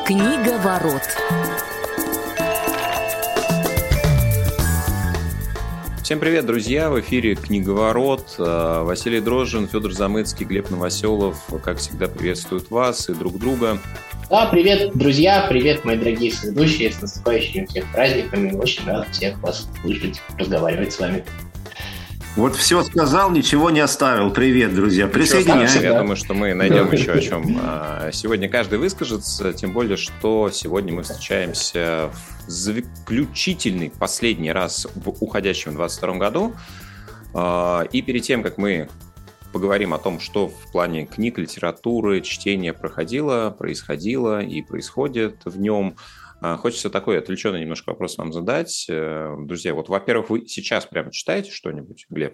Книга ворот. Всем привет, друзья! В эфире «Книговорот». Василий Дрожжин, Федор Замыцкий, Глеб Новоселов, как всегда, приветствуют вас и друг друга. Да, привет, друзья, привет, мои дорогие соведущие, с наступающими всех праздниками. Очень рад всех вас слышать, разговаривать с вами. Вот все сказал, ничего не оставил. Привет, друзя, присоединяйтесь. Я думаю, что мы найдем еще о чем сегодня каждый выскажется, тем более, что сегодня мы встречаемся в заключительный, последний раз в уходящем 2022 году. И перед тем, как мы поговорим о том, что в плане книг, литературы, чтения происходило и происходит в нем, хочется такой отвлеченный немножко вопрос вам задать. Друзья, вот, во-первых, вы сейчас прямо читаете что-нибудь, Глеб?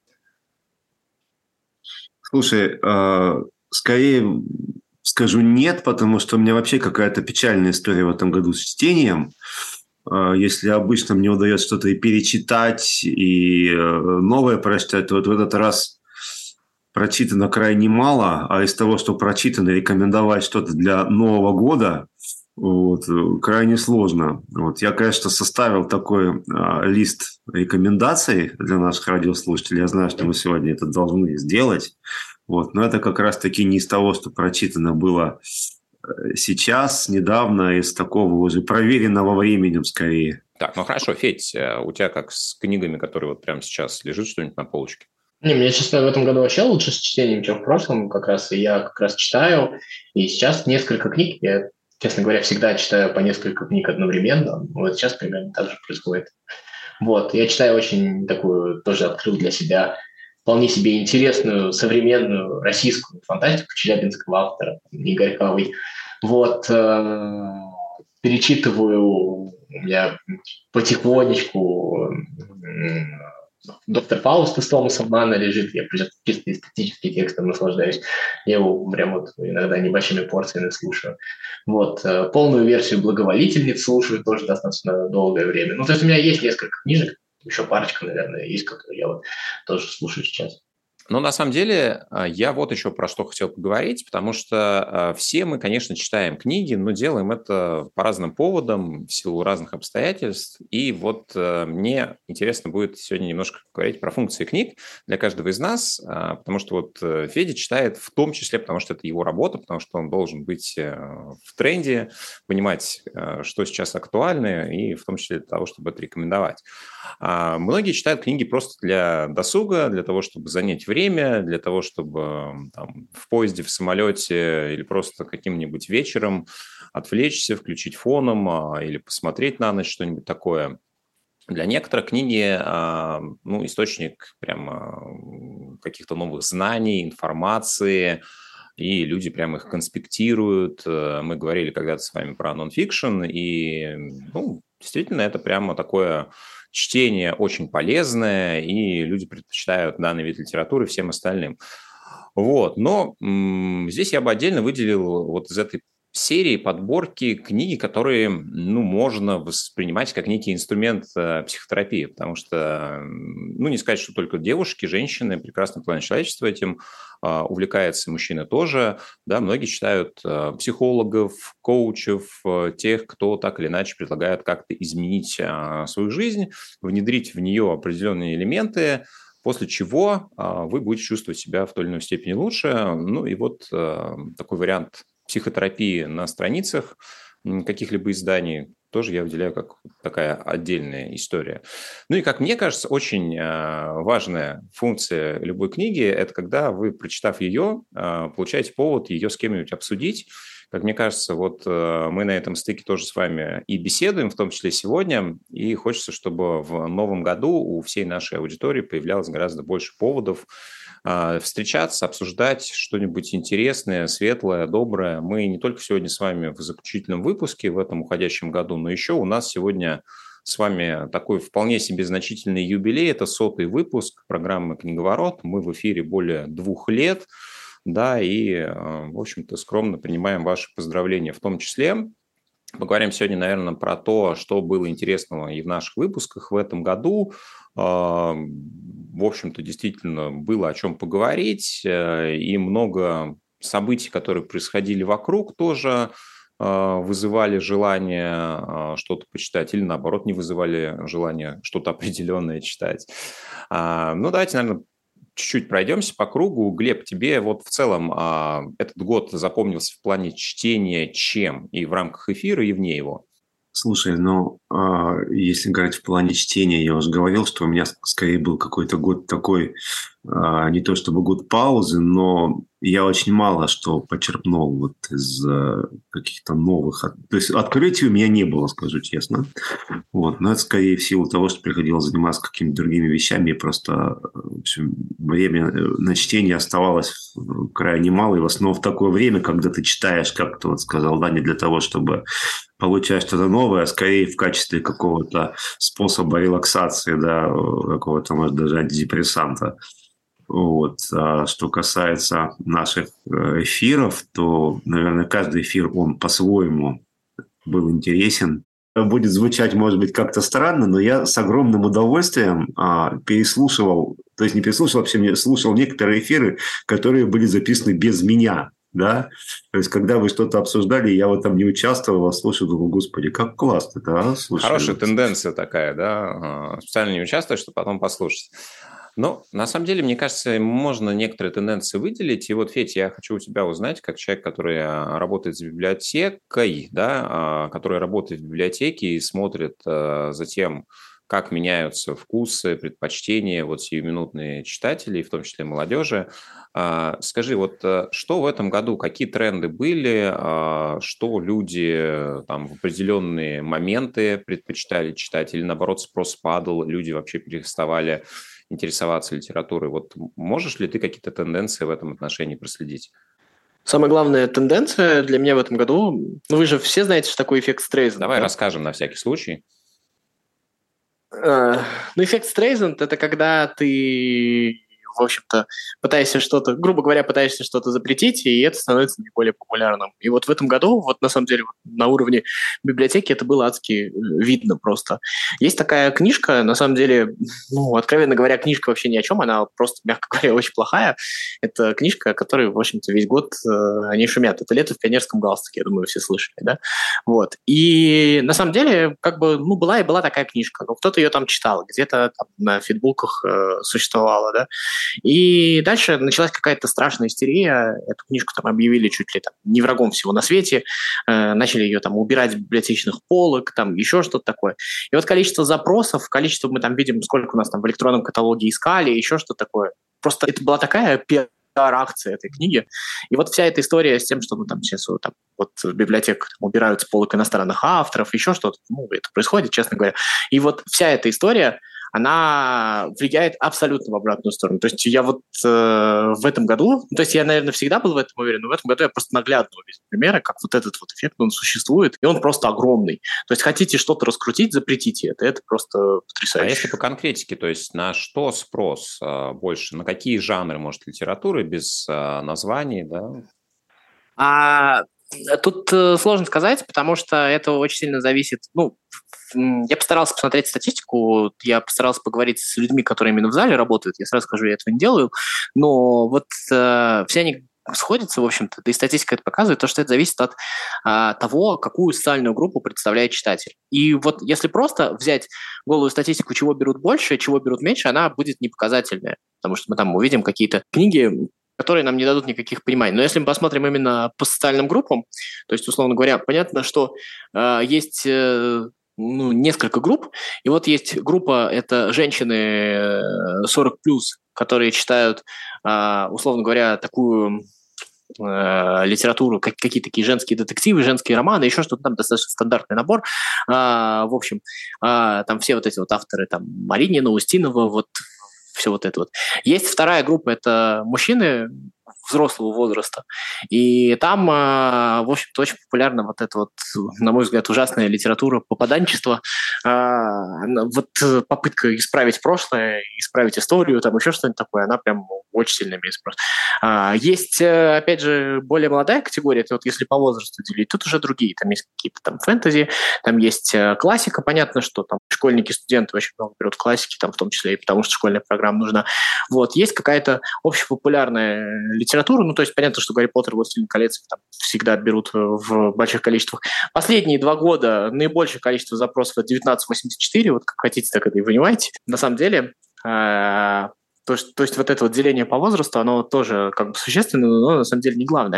Слушай, скорее скажу нет, потому что у меня вообще какая-то печальная история в этом году с чтением. Если обычно мне удается что-то и перечитать, и новое прочитать, то вот в этот раз прочитано крайне мало, а из того, что прочитано, рекомендовать что-то для Нового года крайне сложно. Я, конечно, составил такой лист рекомендаций для наших радиослушателей. Я знаю, что мы сегодня это должны сделать. Но это как раз-таки не из того, что прочитано было сейчас, недавно, из такого уже проверенного временем скорее. Так, хорошо, Федь, у тебя как с книгами, которые вот прямо сейчас лежит что-нибудь на полочке? Мне, честно, в этом году вообще лучше с чтением, чем в прошлом. Я как раз читаю. И сейчас несколько книг. Я, честно говоря, всегда читаю по несколько книг одновременно. Вот сейчас примерно так же происходит. Я читаю очень такую, тоже открыл для себя, вполне себе интересную, современную российскую фантастику челябинского автора Игорь Кавый. Перечитываю у меня потихонечку «Доктор Фауст» из Томаса Манна лежит, я чисто эстетически текстом наслаждаюсь. Я его прям иногда небольшими порциями слушаю. Полную версию «Благоволительниц» слушаю тоже достаточно долгое время. То есть у меня есть несколько книжек, еще парочка, наверное, есть, которые я тоже слушаю сейчас. На самом деле, я еще про что хотел поговорить, потому что все мы, конечно, читаем книги, но делаем это по разным поводам, в силу разных обстоятельств. И мне интересно будет сегодня немножко поговорить про функции книг для каждого из нас, потому что Федя читает в том числе, потому что это его работа, потому что он должен быть в тренде, понимать, что сейчас актуально, и в том числе для того, чтобы это рекомендовать. Многие читают книги просто для досуга, для того, чтобы занять время, для того, чтобы в поезде, в самолете или просто каким-нибудь вечером отвлечься, включить фоном или посмотреть на ночь что-нибудь такое. Для некоторых книги источник прямо каких-то новых знаний, информации, и люди прямо их конспектируют. Мы говорили когда-то с вами про нонфикшн, и действительно это прямо такое чтение очень полезное, и люди предпочитают данный вид литературы всем остальным. Но здесь я бы отдельно выделил из этой серии подборки книги, которые можно воспринимать как некий инструмент психотерапии, потому что, не сказать, что только девушки, женщины, прекрасный план человечества этим увлекается, мужчины тоже, да, многие читают психологов, коучев, тех, кто так или иначе предлагает как-то изменить свою жизнь, внедрить в нее определенные элементы, после чего вы будете чувствовать себя в той или иной степени лучше. Такой вариант психотерапии на страницах каких-либо изданий тоже я выделяю как такая отдельная история. И, как мне кажется, очень важная функция любой книги – это когда вы, прочитав ее, получаете повод ее с кем-нибудь обсудить. Как мне кажется, мы на этом стыке тоже с вами и беседуем, в том числе сегодня, и хочется, чтобы в новом году у всей нашей аудитории появлялось гораздо больше поводов встречаться, обсуждать что-нибудь интересное, светлое, доброе. Мы не только сегодня с вами в заключительном выпуске в этом уходящем году, но еще у нас сегодня с вами такой вполне себе значительный юбилей. Это 100-й выпуск программы «Книговорот». Мы в эфире более 2 лет, да, и, в общем-то, скромно принимаем ваши поздравления в том числе. Поговорим сегодня, наверное, про то, что было интересного и в наших выпусках в этом году. В общем-то, действительно было о чем поговорить, и много событий, которые происходили вокруг, тоже вызывали желание что-то почитать, или наоборот, не вызывали желание что-то определенное читать. Ну, давайте, наверное, чуть-чуть пройдемся по кругу. Глеб, тебе вот в целом этот год запомнился в плане чтения чем? И в рамках эфира, и вне его? Слушай, ну, если говорить в плане чтения, я уже говорил, что у меня скорее был какой-то год такой, не то чтобы год паузы, но я очень мало что почерпнул вот из каких-то новых... То есть открытий у меня не было, скажу честно. Вот. Но это скорее в силу того, что приходилось заниматься какими-то другими вещами, и просто в общем, время на чтение оставалось крайне мало. И в основном в такое время, когда ты читаешь, как ты вот сказал, да, не для того, чтобы получать что-то новое, а скорее в качестве какого-то способа релаксации, да, какого-то, может, даже антидепрессанта. Вот. А что касается наших эфиров, то, наверное, каждый эфир, он по-своему был интересен. Будет звучать, может быть, как-то странно, но я с огромным удовольствием переслушивал, то есть не переслушивал, вообще слушал некоторые эфиры, которые были записаны без меня. Да? То есть, когда вы что-то обсуждали, я вот там не участвовал, а слушал, думал, господи, как классно, да? Слушай, хорошая тенденция такая, да? Специально не участвовать, чтобы потом послушать. Но на самом деле, мне кажется, можно некоторые тенденции выделить. И вот, Федь, я хочу у тебя узнать, как человек, который работает с библиотекой, да, который работает в библиотеке и смотрит за тем, как меняются вкусы, предпочтения вот сиюминутные читателей, в том числе молодежи. Скажи, вот что в этом году, какие тренды были, что люди там в определенные моменты предпочитали читать, или наоборот спрос падал, люди вообще переставали интересоваться литературой. Вот можешь ли ты какие-то тенденции в этом отношении проследить? Самая главная тенденция для меня в этом году, ну вы же все знаете, что такое эффект Стрейзанда. Давай расскажем на всякий случай. Ну, эффект Стрейзанд – это когда ты, в общем-то, пытаешься что-то, грубо говоря, пытаешься что-то запретить, и это становится наиболее популярным. И вот в этом году, вот на самом деле, на уровне библиотеки это было адски видно просто. Есть такая книжка, на самом деле, ну, откровенно говоря, книжка вообще ни о чем, она просто, мягко говоря, очень плохая. Это книжка, о которой, в общем-то, весь год они шумят. Это «Лето в пионерском галстуке», я думаю, все слышали, да? Вот. И на самом деле, как бы, ну, была и была такая книжка. Ну, кто-то ее там читал, где-то там на фитбуках существовала, да? И дальше началась какая-то страшная истерия. Эту книжку там объявили чуть ли там не врагом всего на свете. Начали ее там убирать с библиотечных полок, там еще что-то такое. И вот количество запросов, количество мы там видим, сколько у нас там в электронном каталоге искали, еще что-то такое. Просто это была такая пиар-акция этой книги. И вот вся эта история с тем, что ну, там сейчас там, вот в библиотеках убирают с полок иностранных авторов, еще что-то, ну, это происходит, честно говоря. И вот вся эта история, она влияет абсолютно в обратную сторону. То есть я вот в этом году, то есть я, наверное, всегда был в этом уверен, но в этом году я просто наглядно увидел примеры, как вот этот вот эффект, он существует, и он просто огромный. То есть хотите что-то раскрутить, запретите это. Это просто потрясающе. А если по конкретике, то есть на что спрос больше? На какие жанры, может, литературы без названий, да? Тут сложно сказать, потому что это очень сильно зависит. Ну, я постарался посмотреть статистику, я постарался поговорить с людьми, которые именно в зале работают. Я сразу скажу, я этого не делаю. Но вот все они сходятся, в общем-то, да и статистика это показывает, то, что это зависит от того, какую социальную группу представляет читатель. И вот если просто взять голую статистику, чего берут больше, чего берут меньше, она будет непоказательная. Потому что мы там увидим какие-то книги, которые нам не дадут никаких пониманий. Но если мы посмотрим именно по социальным группам, то есть, условно говоря, понятно, что есть несколько групп, и вот есть группа, это женщины 40+, которые читают, условно говоря, такую литературу, какие-то такие женские детективы, женские романы, еще что-то, там достаточно стандартный набор. В общем, там все вот эти вот авторы, там Маринина, Устинова, вот все вот это вот. Есть вторая группа, это мужчины взрослого возраста. И там, в общем-то, очень популярна вот эта вот, на мой взгляд, ужасная литература попаданчества. Вот попытка исправить прошлое, исправить историю, там еще что-нибудь такое, она прям очень сильно имеет спрос. Есть, опять же, более молодая категория, это вот если по возрасту делить, тут уже другие. Там есть какие-то там фэнтези, там есть классика, понятно, что там школьники, студенты очень много берут классики, там в том числе и потому, что школьная программа нужна. Вот. Есть какая-то общепопулярная литература, литературу. Ну, то есть понятно, что Гарри Поттер, Властелин колец там всегда берут в больших количествах. Последние 2 года наибольшее количество запросов — это 1984, вот как хотите, так это и вынимайте. На самом деле, то есть вот это вот деление по возрасту, оно тоже как бы существенно, но на самом деле не главное.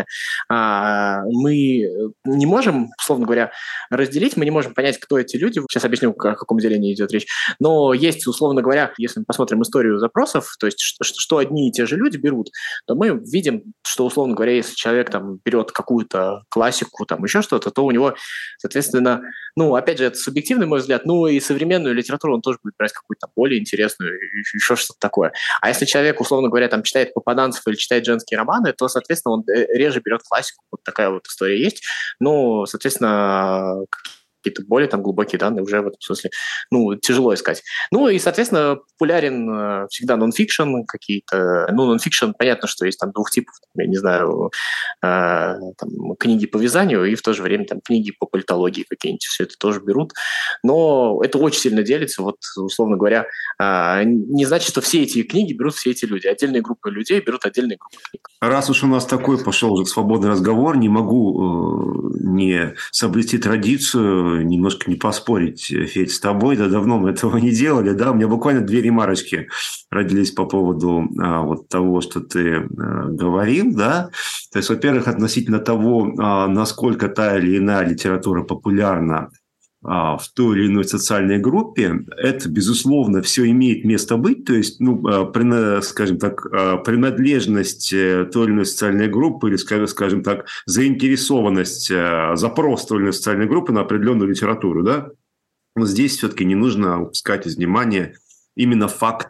Мы не можем, условно говоря, разделить, мы не можем понять, кто эти люди. Сейчас объясню, о каком делении идет речь. Но есть, условно говоря, если мы посмотрим историю запросов, то есть что одни и те же люди берут, то мы видим, что, условно говоря, если человек там берет какую-то классику, там еще что-то, то у него, соответственно, ну, опять же, это субъективный мой взгляд, ну и современную литературу он тоже будет брать какую-то более интересную, еще что-то такое. А если человек, условно говоря, там читает попаданцев или читает женские романы, то, соответственно, он реже берет классику. Вот такая вот история есть. Ну, соответственно, какие-то более там глубокие данные уже в этом смысле, ну, тяжело искать. Ну, и, соответственно, популярен всегда нонфикшн какие-то. Ну, нонфикшн, понятно, что есть там 2 типов, я не знаю, там, книги по вязанию и в то же время там книги по политологии какие-нибудь, все это тоже берут. Но это очень сильно делится, вот, условно говоря, не значит, что все эти книги берут все эти люди. Отдельные группы людей берут отдельные группы книг. Раз уж у нас такой пошел уже свободный разговор, не могу не соблюсти традицию, немножко не поспорить, Федь, с тобой. Да давно мы этого не делали, да? У меня буквально 2 ремарочки родились по поводу вот того, что ты говорил, да? То есть, во-первых, относительно того, насколько та или иная литература популярна в той или иной социальной группе, это, безусловно, все имеет место быть. То есть, ну, скажем так, принадлежность той или иной социальной группы или, скажем так, заинтересованность, запрос той или иной социальной группы на определенную литературу, да? Но здесь все-таки не нужно упускать из внимания именно факт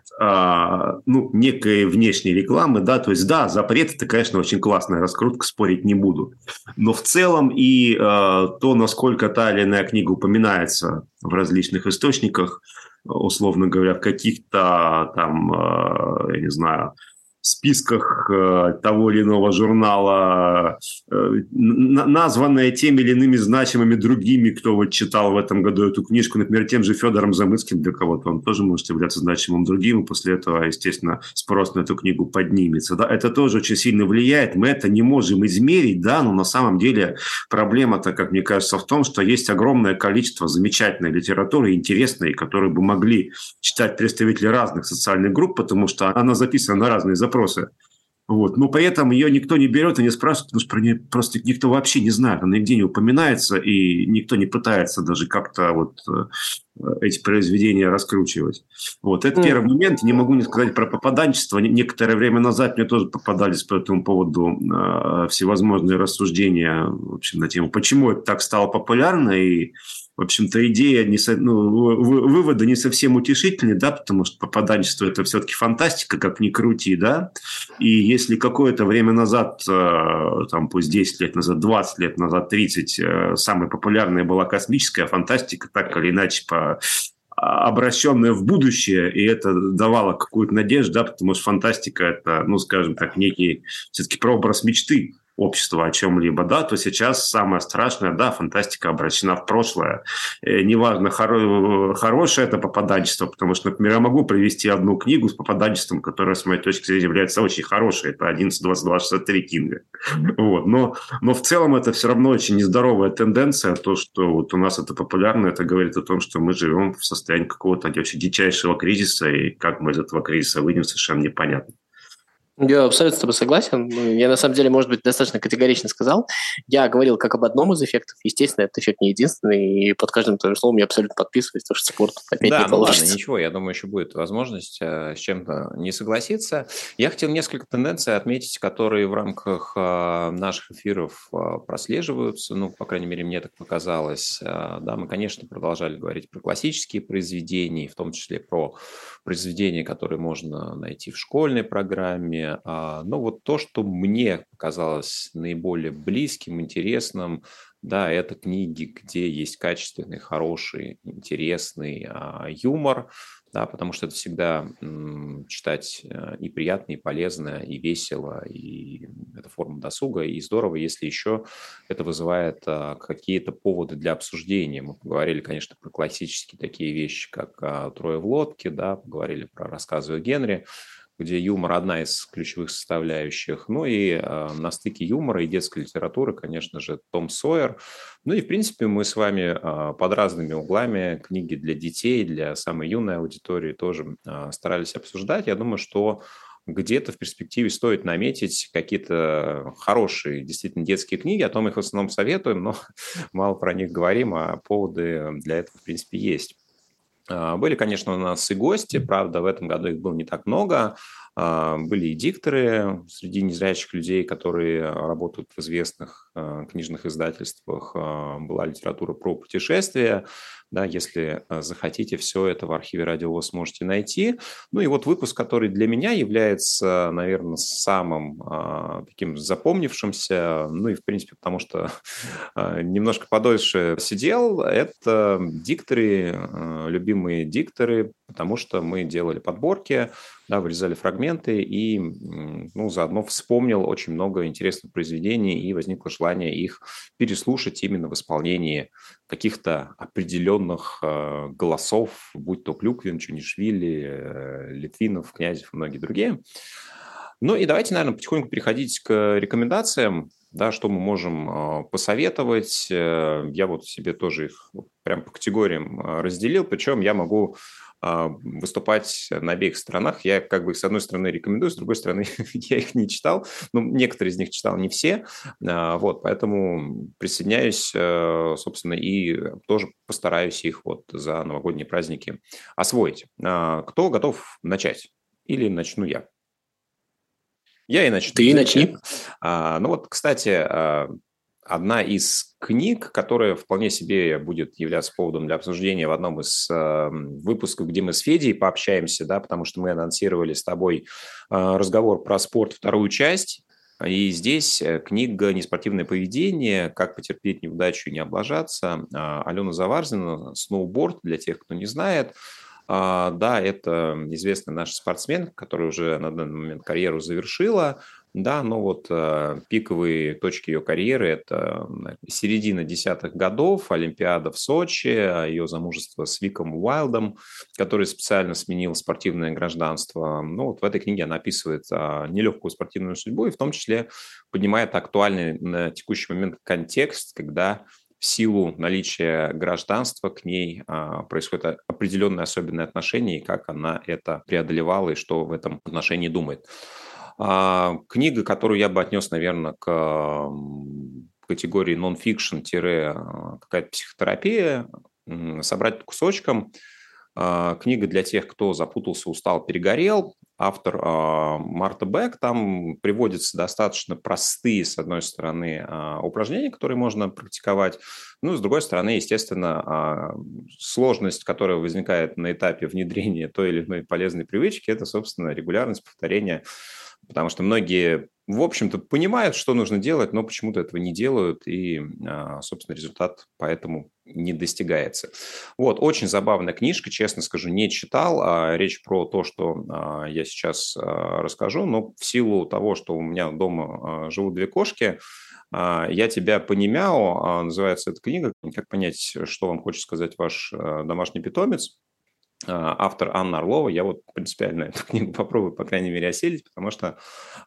некой внешней рекламы, да, то есть, да, запрет – это, конечно, очень классная раскрутка, спорить не буду, но в целом и то, насколько та или иная книга упоминается в различных источниках, условно говоря, в каких-то там, я не знаю, списках того или иного журнала, названная теми или иными значимыми другими, кто вот читал в этом году эту книжку, например, тем же Федором Замыцким, для кого-то он тоже может являться значимым другим, и после этого, естественно, спрос на эту книгу поднимется. Да? Это тоже очень сильно влияет, мы это не можем измерить, да, но на самом деле проблема-то, как мне кажется, в том, что есть огромное количество замечательной литературы, интересной, которую бы могли читать представители разных социальных групп, потому что она записана на разные запросы. Вот. Но при этом ее никто не берет и не спрашивает, потому что про нее просто никто вообще не знает. Она нигде не упоминается, и никто не пытается даже как-то вот эти произведения раскручивать. Вот. Это первый момент. Не могу не сказать про попаданчество. Некоторое время назад мне тоже попадались по этому поводу всевозможные рассуждения, в общем, на тему, почему это так стало популярно, и в общем-то, идея, выводы не совсем утешительные, да, потому что попаданчество – это все-таки фантастика, как ни крути, да, и если какое-то время назад, там, пусть 10 лет назад, 20 лет назад, 30, самой популярной была космическая фантастика, так или иначе, обращенная в будущее, и это давало какую-то надежду, да, потому что фантастика – это, ну, скажем так, некий все-таки прообраз мечты общества о чем-либо, да, то сейчас самое страшное, да, фантастика обращена в прошлое. Неважно, хорошее это попаданчество, потому что, например, я могу привести одну книгу с попаданчеством, которая, с моей точки зрения, является очень хорошей, это 11.22.63 Кинга. Вот. Но в целом это все равно очень нездоровая тенденция, то, что вот у нас это популярно, это говорит о том, что мы живем в состоянии какого-то вообще дичайшего кризиса, и как мы из этого кризиса выйдем, совершенно непонятно. Я абсолютно с тобой согласен. Я, на самом деле, может быть, достаточно категорично сказал. Я говорил как об одном из эффектов. Естественно, этот эффект не единственный, и под каждым твоим словом я абсолютно подписываюсь, потому что спорт опять не получится. Ладно, ничего, я думаю, еще будет возможность с чем-то не согласиться. Я хотел несколько тенденций отметить, которые в рамках наших эфиров прослеживаются, ну, по крайней мере, мне так показалось. Да, мы, конечно, продолжали говорить про классические произведения, в том числе про произведения, которые можно найти в школьной программе. Но вот то, что мне показалось наиболее близким, интересным, да, это книги, где есть качественный, хороший, интересный юмор, да, потому что это всегда читать и приятно, и полезно, и весело, и это форма досуга, и здорово, если еще это вызывает какие-то поводы для обсуждения. Мы поговорили, конечно, про классические такие вещи, как «Трое в лодке», да, поговорили про рассказы о Генри. где юмор одна из ключевых составляющих. Ну и на стыке юмора и детской литературы, конечно же, Том Сойер. Ну и, в принципе, мы с вами под разными углами книги для детей, для самой юной аудитории тоже старались обсуждать. Я думаю, что где-то в перспективе стоит наметить какие-то хорошие, действительно, детские книги, о том их в основном советуем, но мало про них говорим, а поводы для этого, в принципе, есть. Были, конечно, у нас и гости, правда, в этом году их было не так много. Были и дикторы среди незрячих людей, которые работают в известных книжных издательствах. Была литература про путешествия. Да, если захотите, все это в архиве Радио ВОС сможете найти. Ну и вот выпуск, который для меня является, наверное, самым таким запомнившимся, ну и, в принципе, потому что немножко подольше сидел, это дикторы, любимые дикторы, потому что мы делали подборки, да, вырезали фрагменты и заодно вспомнил очень много интересных произведений и возникло желание их переслушать именно в исполнении каких-то определенных голосов, будь то Клюквин, Чунишвили, Литвинов, Князев и многие другие. Ну и давайте, наверное, потихоньку переходить к рекомендациям, да, что мы можем посоветовать. Я вот себе тоже их прям по категориям разделил, причем я могу выступать на обеих сторонах. Я как бы с одной стороны рекомендую, с другой стороны я их не читал. Ну, некоторые из них читал, не все. Вот, поэтому присоединяюсь, собственно, и тоже постараюсь их вот за новогодние праздники освоить. Кто готов начать? Или начну я? Я и начну. Ты начни. Ну вот, кстати, одна из книг, которая вполне себе будет являться поводом для обсуждения в одном из выпусков, где мы с Федей пообщаемся, да, потому что мы анонсировали с тобой разговор про спорт, вторую часть. И здесь книга «Неспортивное поведение. Как потерпеть неудачу и не облажаться». Алена Заварзина, сноуборд, для тех, кто не знает. Да, это известный наш спортсмен, который уже на данный момент карьеру завершила. Да, но вот пиковые точки ее карьеры – это середина десятых годов, Олимпиада в Сочи, ее замужество с Виком Уайлдом, который специально сменил спортивное гражданство. Ну, вот в этой книге она описывает нелегкую спортивную судьбу и в том числе поднимает актуальный на текущий момент контекст, когда в силу наличия гражданства к ней происходит определенное особенное отношение, и как она это преодолевала, и что в этом отношении думает. Книга, которую я бы отнес, наверное, к категории нон-фикшн, какая-то психотерапия, собрать по кусочкам. Книга для тех, кто запутался, устал, перегорел. Автор Марта Бек. Там приводятся достаточно простые, с одной стороны, упражнения, которые можно практиковать. Ну, с другой стороны, естественно, сложность, которая возникает на этапе внедрения той или иной полезной привычки, это, собственно, регулярность повторения. Потому что многие, в общем-то, понимают, что нужно делать, но почему-то этого не делают, и, собственно, результат поэтому не достигается. Вот, очень забавная книжка, честно скажу, не читал. Речь про то, что я сейчас расскажу, но в силу того, что у меня дома живут две кошки, «Я тебя понемяу», называется эта книга. «Как понять, что вам хочет сказать ваш домашний питомец». Автор Анна Орлова. Я вот принципиально эту книгу попробую, по крайней мере, осилить, потому что,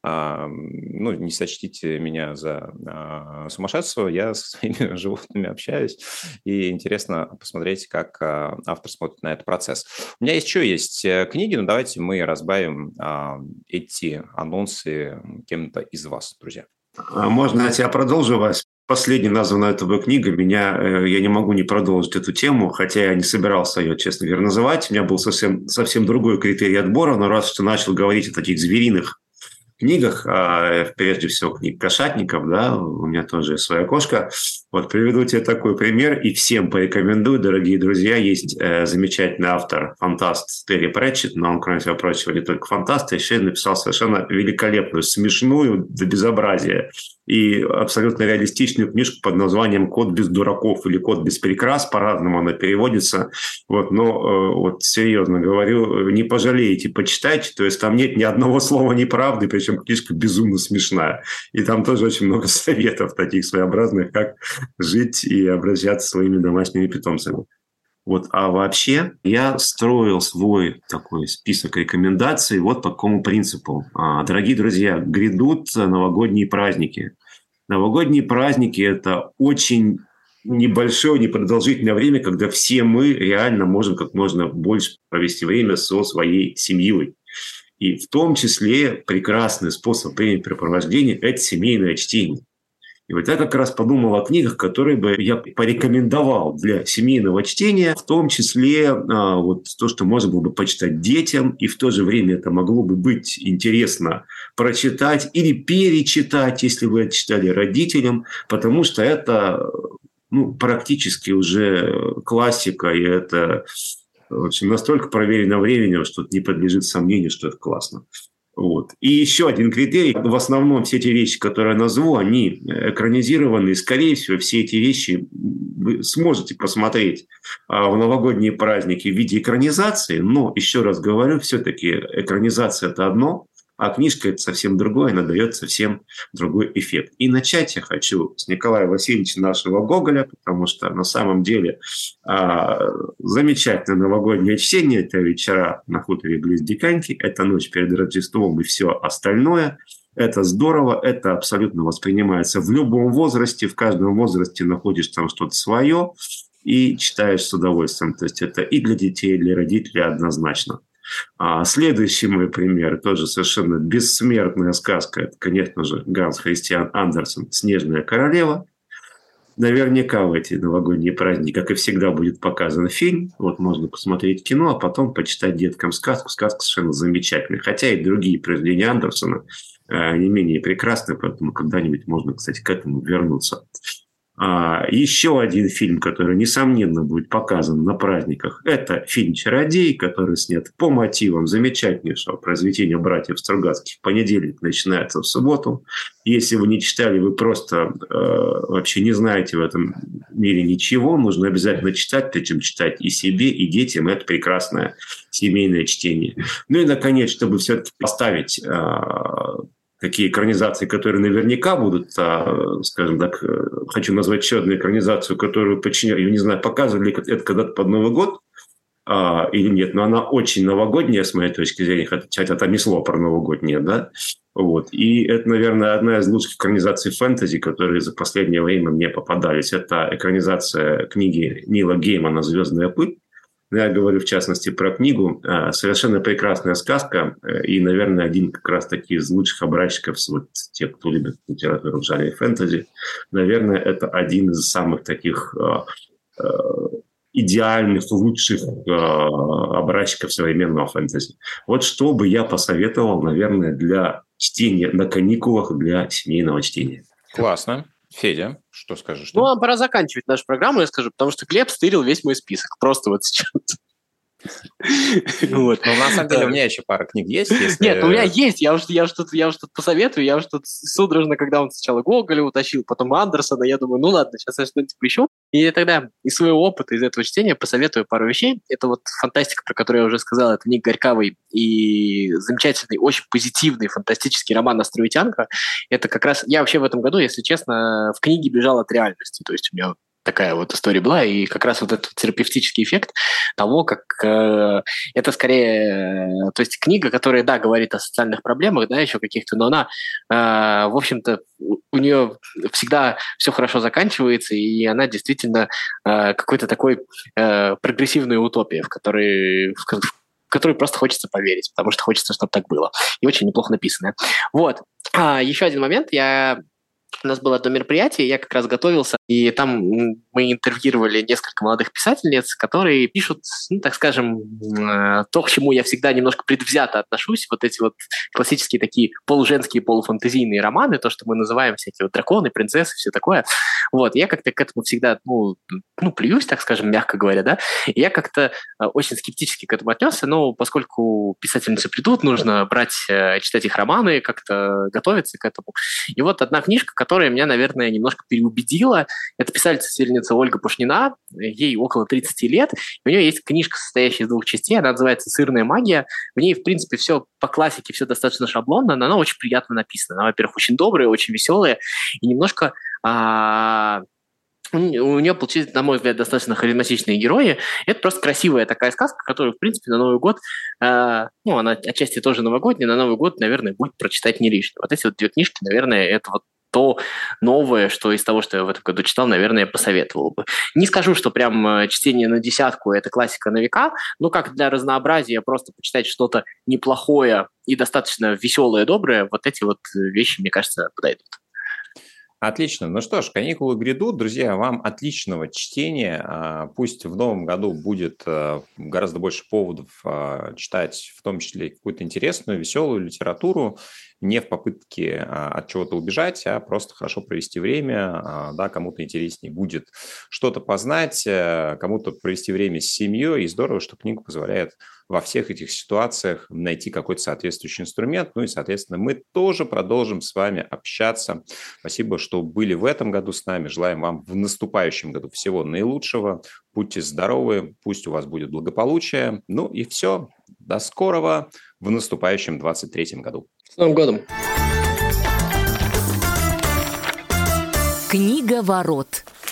не сочтите меня за сумасшедшего, я со своими животными общаюсь, и интересно посмотреть, как автор смотрит на этот процесс. У меня еще есть книги, но давайте мы разбавим эти анонсы кем-то из вас, друзья. Можно я тебя продолжу, Вась? Последняя названная тобой книга, я не могу не продолжить эту тему, хотя я не собирался ее, честно говоря, называть. У меня был совсем другой критерий отбора, но раз что начал говорить о таких звериных книгах, прежде всего книг кошатников, да, у меня тоже есть своя кошка. Вот приведу тебе такой пример и всем порекомендую, дорогие друзья. Есть замечательный автор, фантаст Терри Пратчетт, но он, кроме всего прочего, не только фантаст, а еще и написал совершенно великолепную, смешную до безобразия и абсолютно реалистичную книжку под названием «Кот без дураков» или «Кот без прикрас», по-разному она переводится. Вот, но вот серьезно говорю, не пожалеете, почитайте. То есть там нет ни одного слова неправды, причем книжка безумно смешная. И там тоже очень много советов таких своеобразных, как жить и обращаться со своими домашними питомцами. Вот. А вообще я строил свой такой список рекомендаций вот по какому принципу. Дорогие друзья, грядут новогодние праздники. Новогодние праздники – это очень небольшое, непродолжительное время, когда все мы реально можем как можно больше провести время со своей семьей. И в том числе прекрасный способ времяпрепровождения – это семейное чтение. И вот я как раз подумал о книгах, которые бы я порекомендовал для семейного чтения, в том числе вот то, что можно было бы почитать детям, и в то же время это могло бы быть интересно прочитать или перечитать, если вы это читали родителям, потому что это практически уже классика, и это в общем, настолько проверено временем, что это не подлежит сомнению, что это классно. Вот. И еще один критерий. В основном все те вещи, которые я назову, они экранизированы. И, скорее всего, все эти вещи вы сможете посмотреть в новогодние праздники в виде экранизации. Но, еще раз говорю, все-таки экранизация – это одно, а книжка – это совсем другое, она дает совсем другой эффект. И начать я хочу с Николая Васильевича, нашего Гоголя, потому что на самом деле замечательное новогоднее чтение – это «Вечера на хуторе близ Диканьки», это «Ночь перед Рождеством» и все остальное. Это здорово, это абсолютно воспринимается в любом возрасте, в каждом возрасте находишь там что-то свое и читаешь с удовольствием. То есть это и для детей, и для родителей однозначно. Следующий мой пример, тоже совершенно бессмертная сказка, это, конечно же, Ганс Христиан Андерсен «Снежная королева». Наверняка в эти новогодние праздники, как и всегда, будет показан фильм. Вот можно посмотреть кино, а потом почитать деткам сказку. Сказка совершенно замечательная. Хотя и другие произведения Андерсена не менее прекрасны, поэтому когда-нибудь можно, кстати, к этому вернуться. Еще один фильм, который, несомненно, будет показан на праздниках, это фильм «Чародей», который снят по мотивам замечательнейшего произведения братьев Стругацких. Понедельник начинается в субботу. Если вы не читали, вы просто вообще не знаете в этом мире ничего. Нужно обязательно читать, причем читать и себе, и детям. Это прекрасное семейное чтение. Ну и, наконец, чтобы все-таки поставить такие экранизации, которые наверняка будут, скажем так, хочу назвать еще одну экранизацию, которую подчиняю, я не знаю, показывали это когда-то под Новый год или нет, но она очень новогодняя, с моей точки зрения, хотя там ни слова про Новый год нет, да? Вот. И это, наверное, одна из лучших экранизаций фэнтези, которые за последнее время мне попадались. Это экранизация книги Нила Геймана «Звездная пыль». Я говорю, в частности, про книгу. Совершенно прекрасная сказка и, наверное, один как раз-таки из лучших образчиков, вот тех, кто любит литературу в жанре фэнтези. Наверное, это один из самых таких идеальных, лучших образчиков современного фэнтези. Вот что бы я посоветовал, наверное, для чтения на каникулах, для семейного чтения. Классно. Федя, что скажешь? Ну, пора заканчивать нашу программу, я скажу, потому что Глеб стырил весь мой список. Просто вот сейчас. Вот. Но на самом деле у меня еще пара книг есть. Если... Нет, у меня есть. Я уж тут посоветую. Я уж тут судорожно, когда он сначала Гоголя утащил, потом Андерсона, я думаю, ну ладно, сейчас я что-нибудь поищу. И тогда из своего опыта, из этого чтения посоветую пару вещей. Это вот фантастика, про которую я уже сказал, это Ник Горьковой и замечательный, очень позитивный, фантастический роман «Островитянка». Это как раз... Я вообще в этом году, если честно, в книге бежал от реальности. То есть у меня такая вот история была, и как раз вот этот терапевтический эффект того, как это скорее... то есть книга, которая, да, говорит о социальных проблемах, да, еще каких-то, но она, в общем-то, у нее всегда все хорошо заканчивается, и она действительно какой-то такой прогрессивной утопия, в которой просто хочется поверить, потому что хочется, чтобы так было. И очень неплохо написанная. Вот. Еще один момент. У нас было одно мероприятие, я как раз готовился, и там мы интервьюировали несколько молодых писательниц, которые пишут, ну, так скажем, то, к чему я всегда немножко предвзято отношусь, вот эти вот классические такие полуженские, полуфантазийные романы, то, что мы называем всякие вот драконы, принцессы, все такое. Вот, я как-то к этому всегда, плююсь, так скажем, мягко говоря, да, и я как-то очень скептически к этому отнесся, но поскольку писательницы придут, нужно брать, читать их романы, как-то готовиться к этому. И вот одна книжка, которая меня, наверное, немножко переубедила. Это писательница Ольга Пушнина, ей около 30 лет. У нее есть книжка, состоящая из 2 частей, она называется «Сырная магия». В ней, в принципе, все по классике, все достаточно шаблонно, но она очень приятно написана. Она, во-первых, очень добрая, очень веселая и немножко у нее получились, на мой взгляд, достаточно харизматичные герои. Это просто красивая такая сказка, которую, в принципе, на Новый год, она отчасти тоже новогодняя, на Новый год, наверное, будет прочитать не лишним. Вот эти вот 2 книжки, наверное, это вот то новое, что из того, что я в этом году читал, наверное, я посоветовал бы. Не скажу, что прям чтение на 10 – это классика на века, но как для разнообразия просто почитать что-то неплохое и достаточно веселое, доброе, вот эти вот вещи, мне кажется, подойдут. Отлично. Ну что ж, каникулы грядут. Друзья, вам отличного чтения. Пусть в новом году будет гораздо больше поводов читать, в том числе какую-то интересную, веселую литературу, не в попытке от чего-то убежать, а просто хорошо провести время. Да, кому-то интереснее будет что-то познать, кому-то провести время с семьей. И здорово, что книга позволяет во всех этих ситуациях найти какой-то соответствующий инструмент. Ну и, соответственно, мы тоже продолжим с вами общаться. Спасибо, что были в этом году с нами. Желаем вам в наступающем году всего наилучшего. Будьте здоровы, пусть у вас будет благополучие. Ну и все. До скорого в наступающем 23-м году. С Новым годом! Книга ворот.